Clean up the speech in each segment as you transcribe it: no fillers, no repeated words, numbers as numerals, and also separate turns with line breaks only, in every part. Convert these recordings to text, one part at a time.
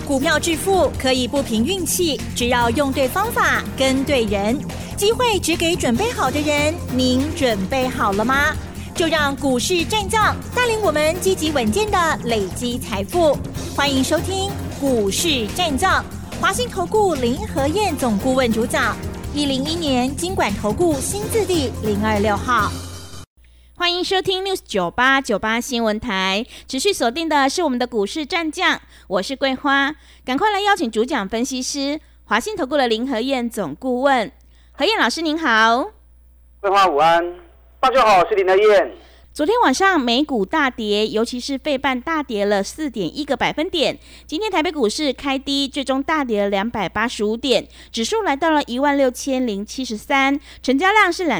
股票致富可以不凭运气，只要用对方法跟对人。机会只给准备好的人，您准备好了吗？就让股市战将带领我们积极稳健的累积财富。欢迎收听股市战将，华信投顾林和彥总顾问主讲，101年金管投顾新字第026号。
欢迎收听 News 9898新闻台，持续锁定的是我们的股市战将，我是桂花，赶快来邀请主讲分析师华信投顾的林和彥总顾问。和彥老师您好。
桂花午安，大家好，我是林和彥。
昨天晚上美股大跌，尤其是费半大跌了4.1个百分点。今天台北股市开低，最终大跌了285点，指数来到了16073，成交量是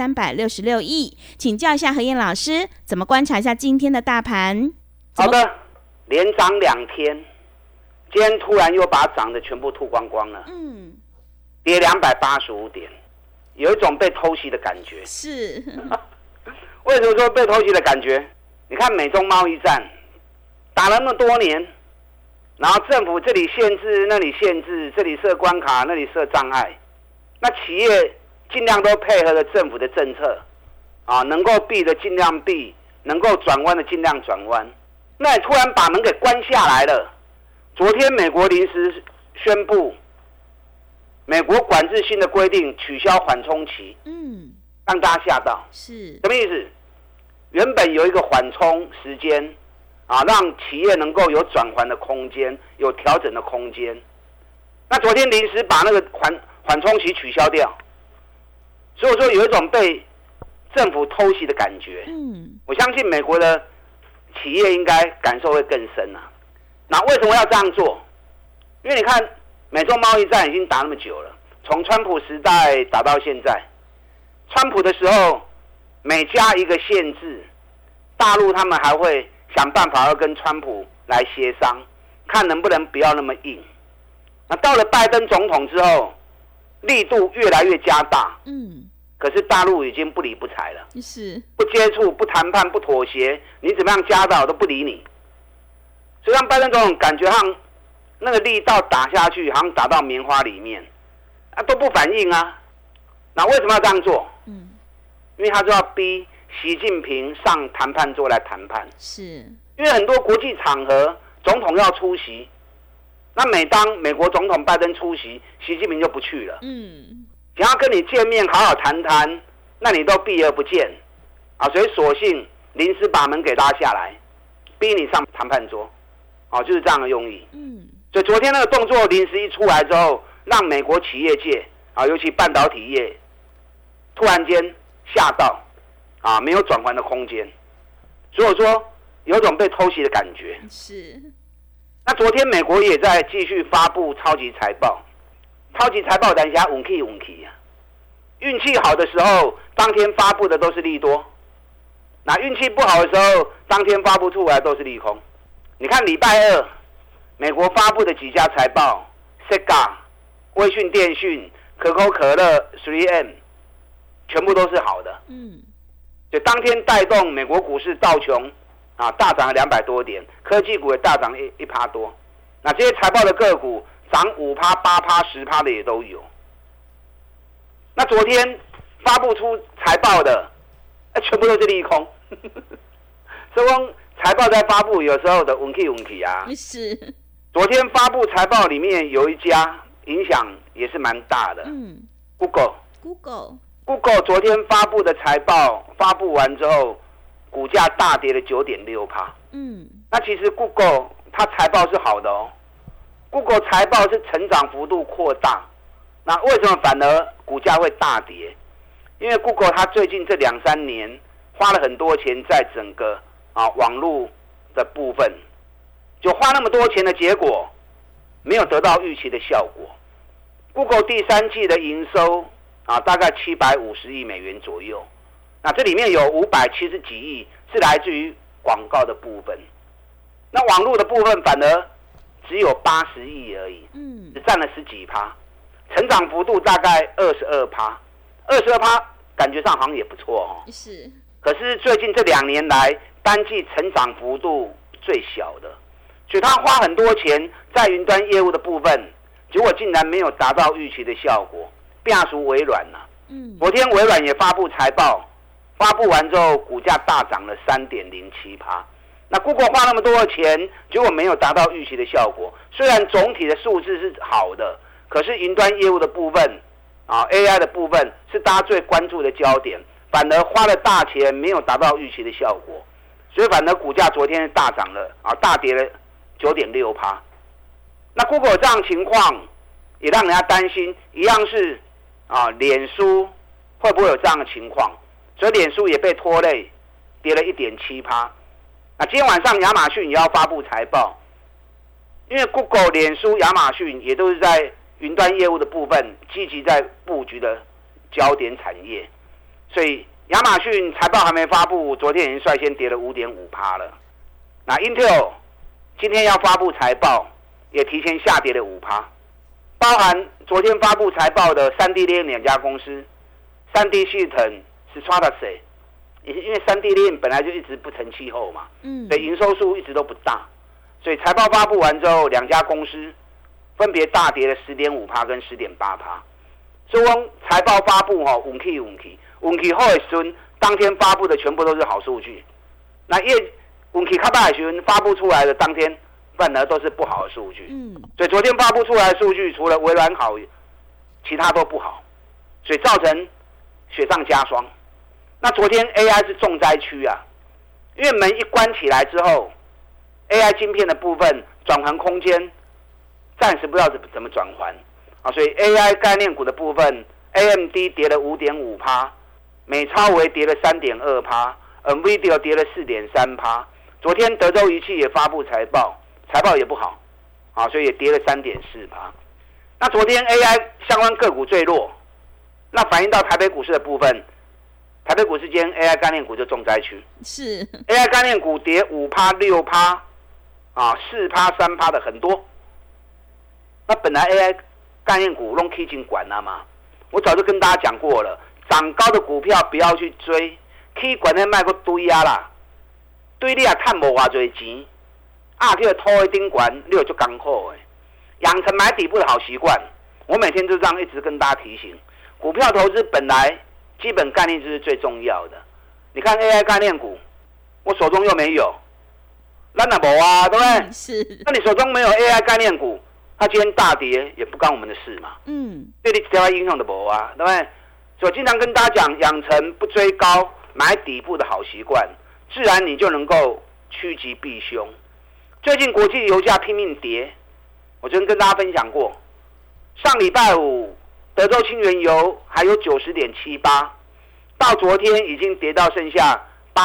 2366亿。请教一下和彥老师，怎么观察一下今天的大盘？
好的，连涨2天，今天突然又把涨的全部吐光光了。跌285点，有一种被偷袭的感觉。
是。
为什么说被偷袭的感觉？你看美中贸易战打了那么多年，然后政府这里限制那里限制，这里设关卡那里设障碍，那企业尽量都配合了政府的政策啊，能够避的尽量避，能够转弯的尽量转弯。那你突然把门给关下来了。昨天美国临时宣布，美国管制新的规定取消缓冲期，让大家吓到。
是
什么意思？原本有一个缓冲时间啊，让企业能够有转圜的空间，有调整的空间。那昨天临时把那个缓冲期取消掉，所以说有一种被政府偷袭的感觉。我相信美国的企业应该感受会更深啊。那为什么要这样做？因为你看美中贸易战已经打那么久了，从川普时代打到现在。川普的时候，每加一个限制，大陆他们还会想办法要跟川普来协商，看能不能不要那么硬。那到了拜登总统之后，力度越来越加大。可是大陆已经不理不睬了，
是
不接触、不谈判、不妥协，你怎么样加大我都不理你。所以让拜登总统感觉像那个力道打下去，好像打到棉花里面，都不反应啊。那为什么要这样做？因为他就要逼习近平上谈判桌来谈判。
是
因为很多国际场合总统要出席，那每当美国总统拜登出席，习近平就不去了。想要跟你见面好好谈谈，那你都避而不见啊，所以索性临时把门给拉下来，逼你上谈判桌，就是这样的用意。所以昨天那个动作临时一出来之后，让美国企业界尤其半导体业突然间吓到没有转圜的空间，所以说有种被偷袭的感觉。
是。
那昨天美国也在继续发布超级财报，超级财报等一下运气啊，运气好的时候，当天发布的都是利多；那运气不好的时候，当天发布出来都是利空。你看礼拜二美国发布的几家财报 ，Sega、微讯电讯、可口可乐、3M。全部都是好的，就当天带动美国股市道琼大涨了200多点，科技股也大涨1%多。那这些财报的个股涨5%、8%、10%的也都有。那昨天发布出财报的，全部都是利空。所以说财报在发布，有时候的运气啊。
是。
昨天发布财报里面有一家影响也是蛮大的，Google 昨天发布的财报发布完之后，股价大跌了9.6%。那其实 Google 它财报是好的，Google 财报是成长幅度扩大。那为什么反而股价会大跌？因为 Google 它最近这2-3年花了很多钱在整个网络的部分，就花那么多钱的结果，没有得到预期的效果。Google 第3季的营收大概750亿美元左右，那这里面有570几亿是来自于广告的部分，那网络的部分反而只有80亿而已，只占了10几%，成长幅度大概22%，感觉上好像也不错
是。
可是最近这2年来，单季成长幅度最小的，所以他花很多钱在云端业务的部分，结果竟然没有达到预期的效果，变属微软了。昨天微软也发布财报，发布完之后股价大涨了 3.07%。那 Google 花那么多的钱，结果没有达到预期的效果。虽然总体的数字是好的，可是云端业务的部分AI 的部分是大家最关注的焦点，反而花了大钱没有达到预期的效果，所以反而股价昨天大涨了大跌了 9.6%。那 Google 这样情况也让人家担心，一样是脸书会不会有这样的情况？所以脸书也被拖累，跌了 1.7%。那今天晚上亚马逊也要发布财报，因为 Google、脸书、亚马逊也都是在云端业务的部分积极在布局的焦点产业，所以亚马逊财报还没发布，昨天已经率先跌了 5.5% 了。那 Intel 今天要发布财报，也提前下跌了 5%， 包含昨天发布财报的 3D 列印2家公司 3D 系统是 Stratasys， 因为 3D 列印本来就一直不成气候嘛，所以营收数一直都不大，所以财报发布完之后，2家公司分别大跌了 10.5% 跟 10.8%。所以财报发布运气好的时候，当天发布的全部都是好数据。那运气较歹的时候发布出来的当天反而都是不好的数据。所以昨天发布出来的数据除了微软好，其他都不好，所以造成雪上加霜。那昨天 AI 是重灾区啊，因为门一关起来之后 ，AI 晶片的部分转换空间暂时不知道怎么转换所以 AI 概念股的部分 ，AMD 跌了 5.5%， 美超微跌了 3.2%，NVIDIA 跌了 4.3%。昨天德州仪器也发布财报也不好，所以也跌了 3.4%。那昨天 AI 相关个股最弱，那反映到台北股市的部分，台北股市间 AI 概念股就重灾区，
是
AI 概念股跌 5%、6%、4%、3%的很多。那本来 AI 概念股都起真管了嘛，我早就跟大家讲过了，涨高的股票不要去追，起管的卖个堆啦，堆你也赚无偌多钱，去拖一顶管，你就艰苦的。养成买底部的好习惯，我每天就这样一直跟大家提醒，股票投资本来基本概念就是最重要的。你看 AI 概念股，我手中又没有，咱也没啊，对不对？
是。
那你手中没有 AI 概念股，它今天大跌也不干我们的事嘛。对你其他影响都没啊，对不对？所以经常跟大家讲，养成不追高、买底部的好习惯，自然你就能够趋吉避凶。最近国际油价拼命跌，我昨天跟大家分享过，上礼拜五德州轻原油还有 90.78， 到昨天已经跌到剩下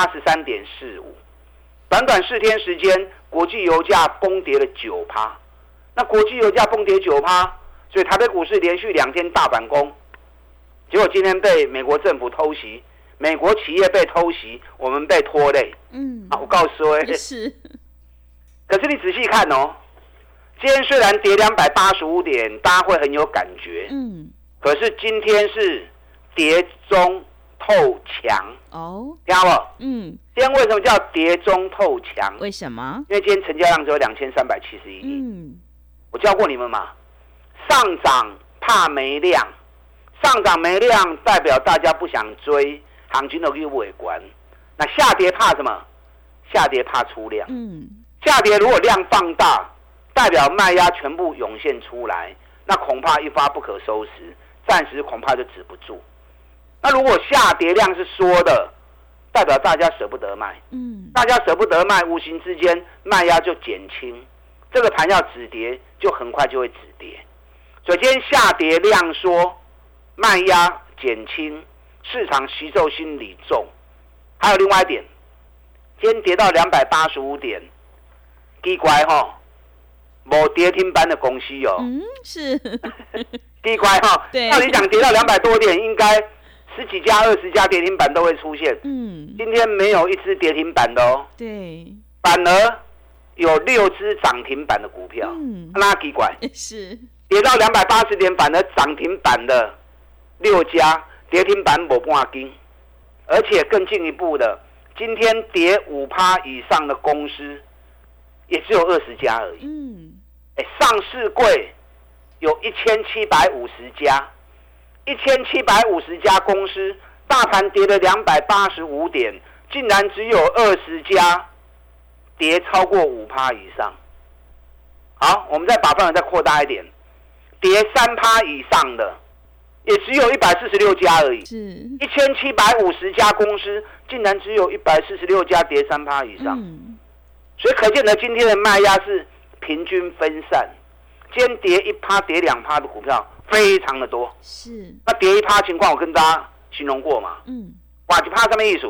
83.45， 短短4天时间，国际油价崩跌了 9%。那国际油价崩跌 9%， 所以台北股市连续2天大反攻，结果今天被美国政府偷袭，美国企业被偷袭，我们被拖累。我告诉各位，
是。
可是你仔细看今天虽然跌285点，大家会很有感觉。可是今天是跌中透强。听到不？今天为什么叫跌中透强？
为什么？
因为今天成交量只有2371亿。我教过你们嘛，上涨怕没量，上涨没量代表大家不想追，行情都去尾关。那下跌怕什么？下跌怕出量。下跌如果量放大，代表卖压全部涌现出来，那恐怕一发不可收拾，暂时恐怕就止不住。那如果下跌量是缩的，代表大家舍不得卖。大家舍不得卖，无形之间卖压就减轻，这个盘要止跌就很快就会止跌。所以今天下跌量缩，卖压减轻，市场吸售心理重。还有另外一点，今天跌到285点，奇怪没跌停板的公司
是
奇怪照理讲跌到200多点，应该10几家、20家跌停板都会出现。今天没有一只跌停板的
对，
反而有6只涨停板的股票，那奇怪
是
跌到280点，反而涨停板的6家，跌停板没半根。而且更进一步的，今天跌5%以上的公司也只有20家而已。 上市柜有1750家，1750家公司，大盘跌了285点，竟然只有20家跌超过5%以上。好，我们再把范围再扩大一点，跌3%以上的也只有146家而已。是1750家公司，竟然只有146家跌3%以上。所以可见得今天的卖压是平均分散。今天跌1%、跌2%的股票非常的多。是。那跌1%情况我跟大家形容过嘛？哇，1%什么意思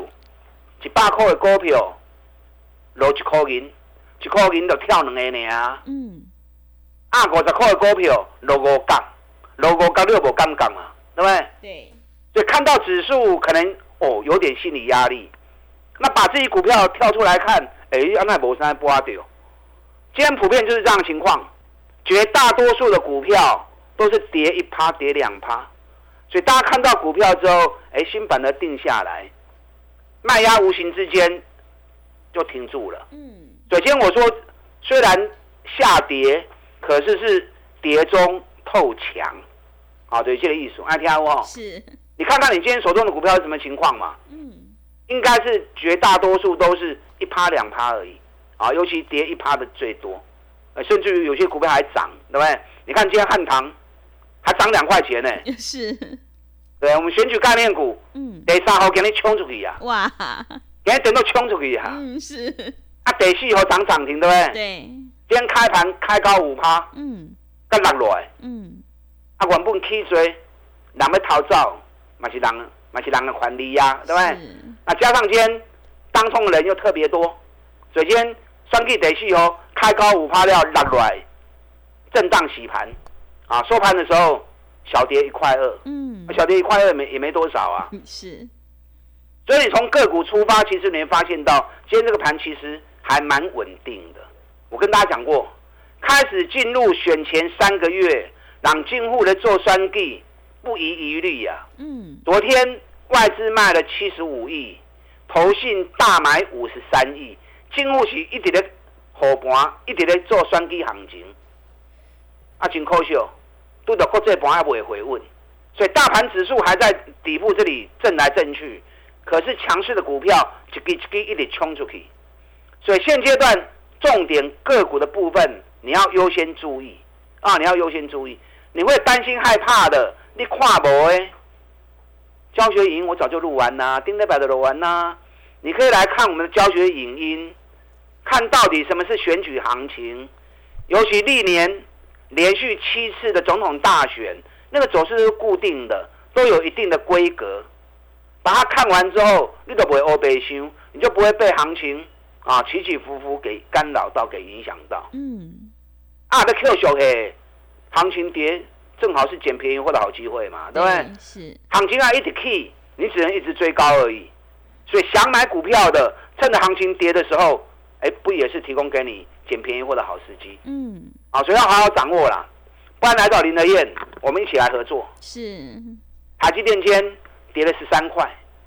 ？100块的股票落1块银，1块银就跳2个尔。50块的股票落5角，落5角你就无感觉嘛，对不对？对。所以看到指数可能有点心理压力，那把自己股票跳出来看，那没啥拨掉。今天普遍就是这样的情况。绝大多数的股票都是跌1%、跌2%，所以大家看到股票之后，心反而定下来，卖压无形之间就停住了。所以今天我说，虽然下跌，可是跌中透强，对这个意思，爱听我。是，你看看你今天手中的股票是什么情况嘛？应该是绝大多数都是1%、2%而已，尤其跌1%的最多。甚至于有些股票还涨，对不对？你看今天汉唐还涨2块钱呢。是。对，我们选举概念股，第3号给你冲出去啊！哇，给你等到冲出去啊！是。第4号涨停，对不对？对。今天开盘开高5%，再落落来。原本起追，人要逃走，嘛是人的权利呀，对不对？那加上今天当冲的人又特别多，所以今天选举第4号。开高5%了，落落来，震荡洗盘，收盘的时候小跌1.2块，小跌1.2块也没多少啊。是，所以你从个股出发，其实你会发现到今天这个盘其实还蛮稳定的。我跟大家讲过，开始进入选前3个月，让进户的做选举不遗余力啊。昨天外资卖了75亿，投信大买53亿，进户是一直在护盘，一直在做选举行情，真可惜，拄到国际盘还未回稳，所以大盘指数还在底部这里震来震去，可是强势的股票一支一直冲出去，所以现阶段重点个股的部分你要优先注意你要优先注意，你会担心害怕的，你看无教学影音我早就录完啦，丁磊版的录完啦，你可以来看我们的教学影音。看到底什么是选举行情，尤其历年连续7次的总统大选，那个走势是固定的，都有一定的规格。把它看完之后，你就不会黑白想，你就不会被行情起起伏伏给干扰到，给影响到。在 Q 小黑行情跌，正好是捡便宜货的好机会嘛，对不对？是。行情一直起，你只能一直追高而已。所以想买股票的，趁着行情跌的时候。不也是提供给你捡便宜货的好时机？所以要好好掌握啦，不然来找林德燕，我们一起来合作。是，台积电今天跌了13块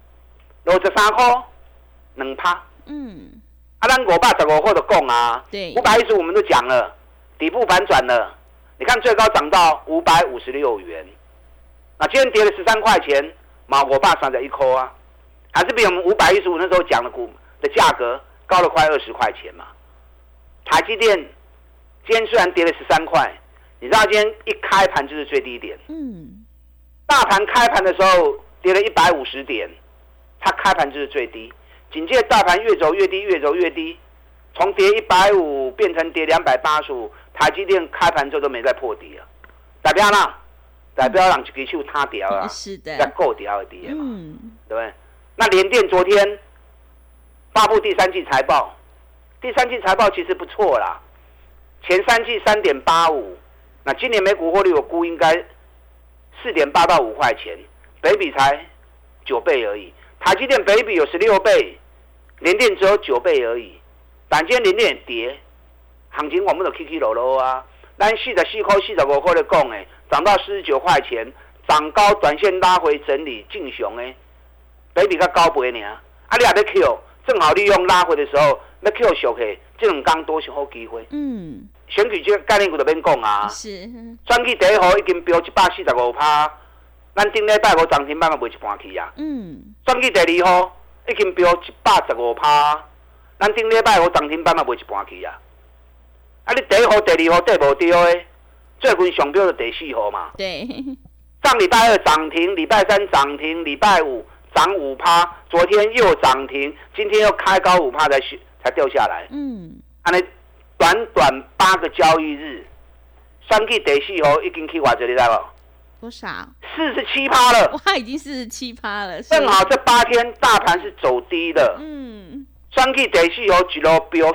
，63块，2%。咱515块就讲啊，对，515我们都讲了，底部反转了。你看最高涨到556元，那今天跌了13块钱，嘛531块啊，还是比我们515那时候讲的股的价格。高了快20块钱嘛，台积电今天虽然跌了13块，你知道今天一开盘就是最低点。大盘开盘的时候跌了150点，它开盘就是最低。紧接着大盘越走越低，越走越低，从跌150变成跌285，台积电开盘之后都没再破底了。代表让一支手塌掉啊，是的，要够掉的跌嘛，对不对？那联电昨天发布第3季财报，第3季财报其实不错啦，前3季3.85，那今年每股获利我估应该4.8到5块钱，北比才9倍而已。台积电北比有16倍，联电只有9倍而已。但今天联电跌，行情我们就起起落落啊。咱44块、45块的讲的，涨到49块钱，涨高短线拉回整理进熊的，北比较高倍呢。你也要 Q。正好利用拉回的时候，要 Q 小 K，这种刚多是好机会。 选举这概念股就免讲啊。
是。
选举第一号已经飙145%，咱顶礼拜五涨停板嘛卖一半去啊。选举第二号已经飙115%，咱顶礼拜五涨停板嘛卖一半去啊。啊，你第一号、第二号对无对诶？最近上标的第4号嘛。
对。
上礼拜二涨停，礼拜三涨停，礼拜五涨5%，昨天又涨停，今天又开高5%才掉下来。安尼短短8个交易日，选举第4号已经去偌济，你知无？
多少
？47%了。
哇，已经47%了。
正好这8天大盘是走低的。选举第4号一路飙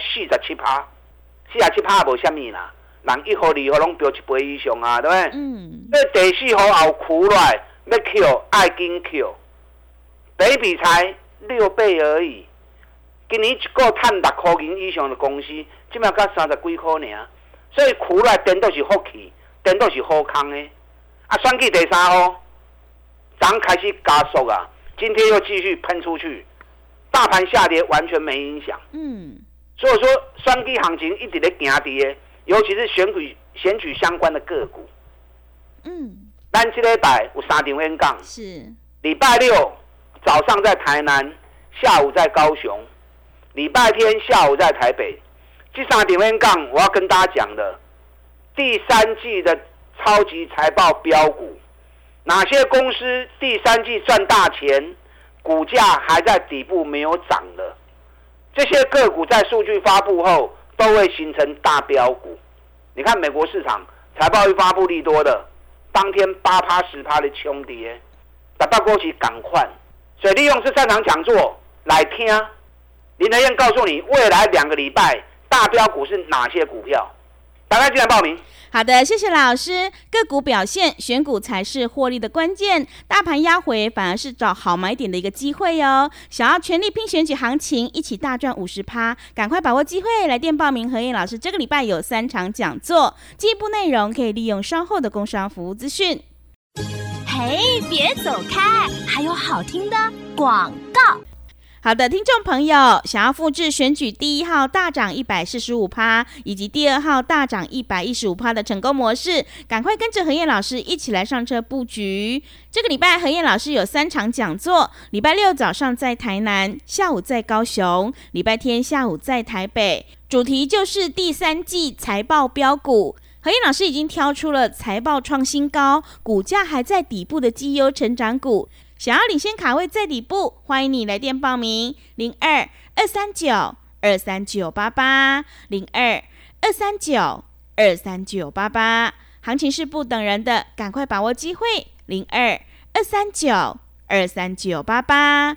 47%，47%无啥物啦。人1号、2号拢飙1倍以上啊，对不对？所以第4号后苦来要 Q 爱紧 Q， 本益比才6倍而已。今年一个赚6块钱以上的公司，现在才30几块尔，所以苦来颠倒是福气，颠倒是好康的。啊，选举第3号，涨开始加速啊，今天又继续喷出去，大盘下跌完全没影响。所以说选举行情一直在行跌。尤其是选举相关的个股，咱这礼拜有3场演讲，
是
礼拜6早上在台南，下午在高雄，礼拜天下午在台北。这3场演讲我要跟大家讲的，第3季的超级财报标股，哪些公司第3季赚大钱，股价还在底部没有涨的，这些个股在数据发布后都会形成大标股。你看美国市场财报一发布利多的，当天8%、10%的冲跌，达到过去赶快。所以利用这3场讲座来听，林和燕告诉你未来2个礼拜大标股是哪些股票。大家进来报名。
好的，谢谢老师。个股表现，选股才是获利的关键。大盘压回，反而是找好买点的一个机会哦。想要全力拼选举行情，一起大赚50%，赶快把握机会，来电报名。和燕老师这个礼拜有3场讲座，进一步内容可以利用稍后的工商服务资讯。
嘿，别走开，还有好听的广告。
好的，听众朋友，想要复制选举第1号大涨145%以及第2号大涨115%的成功模式，赶快跟着和燕老师一起来上车布局。这个礼拜和燕老师有3场讲座，礼拜6早上在台南，下午在高雄，礼拜天下午在台北，主题就是第3季财报标股。和燕老师已经挑出了财报创新高，股价还在底部的绩优成长股。想要领先卡位在底部，欢迎你来电报名02-239-23988 02-239-23988。行情是不等人的，赶快把握机会02-239-23988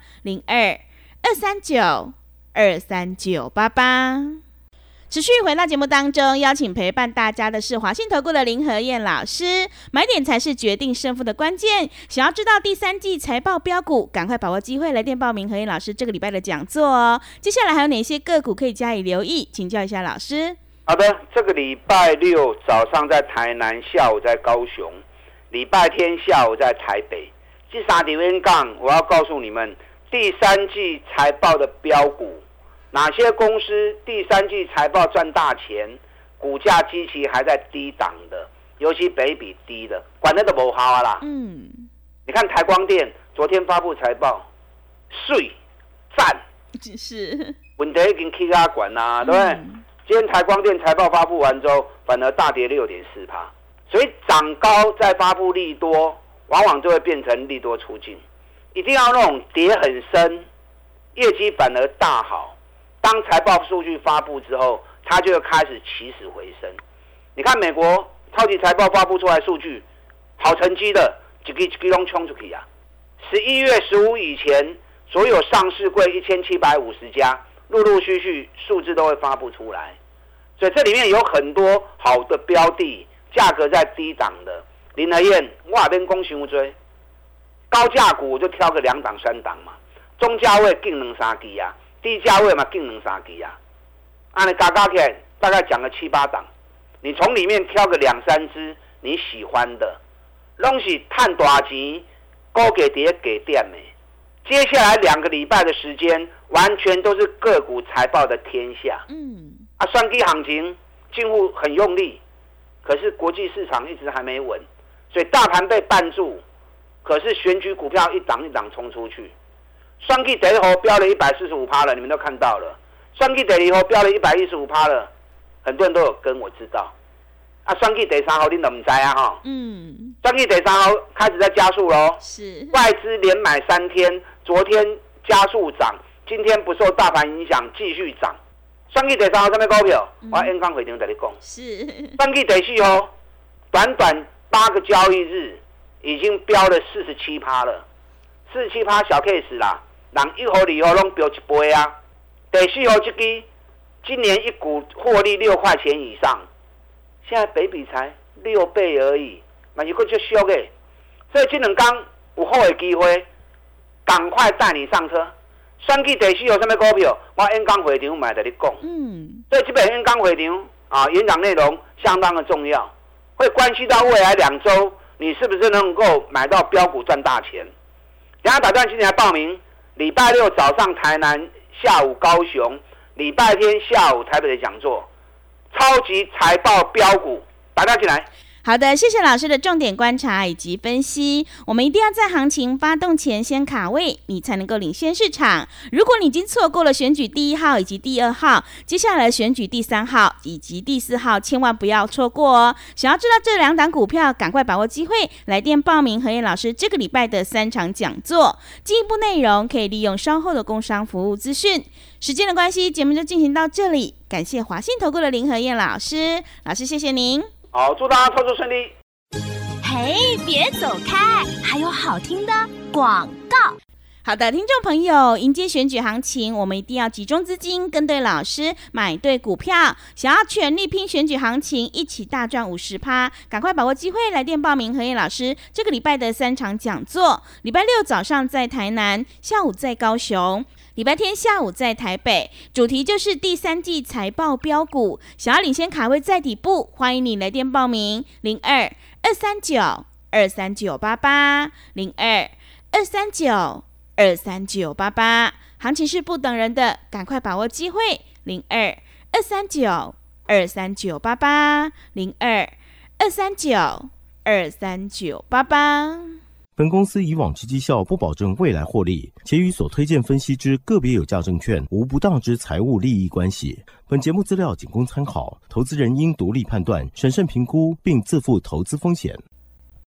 02-239-23988。持续回到节目当中，邀请陪伴大家的是华信投顾的林和燕老师。买点才是决定胜负的关键。想要知道第3季财报标股，赶快把握机会，来电报名和燕老师这个礼拜的讲座哦。接下来还有哪些个股可以加以留意？请教一下老师。
好的，这个礼拜6早上在台南，下午在高雄，礼拜天下午在台北。这3场演讲，我要告诉你们第3季财报的标股。哪些公司第3季财报赚大钱，股价基期还在低档的，尤其本益比低的，管那都没效啊啦。你看台光电昨天发布财报，水赞，
是
问题已经起价管啦，对不对？今天台光电财报发布完之后，反而大跌6.4%，所以涨高再发布利多，往往就会变成利多出尽，一定要那种跌很深，业绩反而大好。当财报数据发布之后，它就会开始起死回生。你看美国超级财报发布出来数据，好成绩的一个都冲出去啊！11月15以前，所有上市柜1750家，陆陆续续数字都会发布出来。所以这里面有很多好的标的，价格在低档的。林和燕，我那边讲伤多，高价股我就挑个2档3档嘛，中价位进2、3支啊。低价位嘛，进2、3支啊，按你加起来大概讲个7、8档，你从里面挑个2、3支你喜欢的，拢是赚大钱，高给跌给点的。接下来2个礼拜的时间，完全都是个股财报的天下。选举行情进户很用力，可是国际市场一直还没稳，所以大盘被绊住，可是选举股票一档一档冲出去。双 K 第一号飙了145%了，你们都看到了。双 K 第二号飙了115%了，很多人都有跟我知道。啊，双 K 第三号你都不知啊哈。双 K 第三号开始在加速喽。
是。外
资连买3天，昨天加速涨，今天不受大盘影响继续涨。双 K 第三号什么股票？我演讲会场跟你讲。
是。
双 K 第四号，短短8个交易日，已经飙了47%了，47%小 case 啦。人1号2号拢飙1倍啊！第4号这支今年一股获利6块钱以上，现在北比才6倍而已，嘛又够就俗的。所以这两天有好的机会，赶快带你上车。选举第4号什么股票？我演讲会场买的你讲。所以这边演讲会场啊，演讲内容相当的重要，会关系到未来2周你是不是能够买到标股赚大钱。等下打断今天来报名。礼拜六早上台南，下午高雄，礼拜天下午台北的讲座，超级财报标股，打电话进来。
好的，谢谢老师的重点观察以及分析。我们一定要在行情发动前先卡位，你才能够领先市场。如果你已经错过了选举第1号以及第2号，接下来选举第3号以及第4号，千万不要错过哦。想要知道这2档股票，赶快把握机会，来电报名何燕老师这个礼拜的3场讲座。进一步内容可以利用稍后的工商服务资讯。时间的关系，节目就进行到这里。感谢华信投顾的林何燕老师，老师谢谢您。
好，祝大家操作顺利。
嘿，别走开，还有好听的广告。
好的，听众朋友，迎接选举行情，我们一定要集中资金，跟对老师，买对股票。想要全力拼选举行情，一起大赚50%，赶快把握机会，来电报名何燕老师这个礼拜的3场讲座。礼拜六早上在台南，下午在高雄，礼拜天下午在台北，主题就是第3季财报标股。想要领先卡位在底部，欢迎你来电报名02-239-23988，02-239-23988。行情是不等人的，赶快把握机会，02-239-23988，02-239-23988。
本公司以往之绩效不保证未来获利，且与所推荐分析之个别有价证券无不当之财务利益关系。本节目资料仅供参考，投资人应独立判断、审慎评估，并自负投资风险。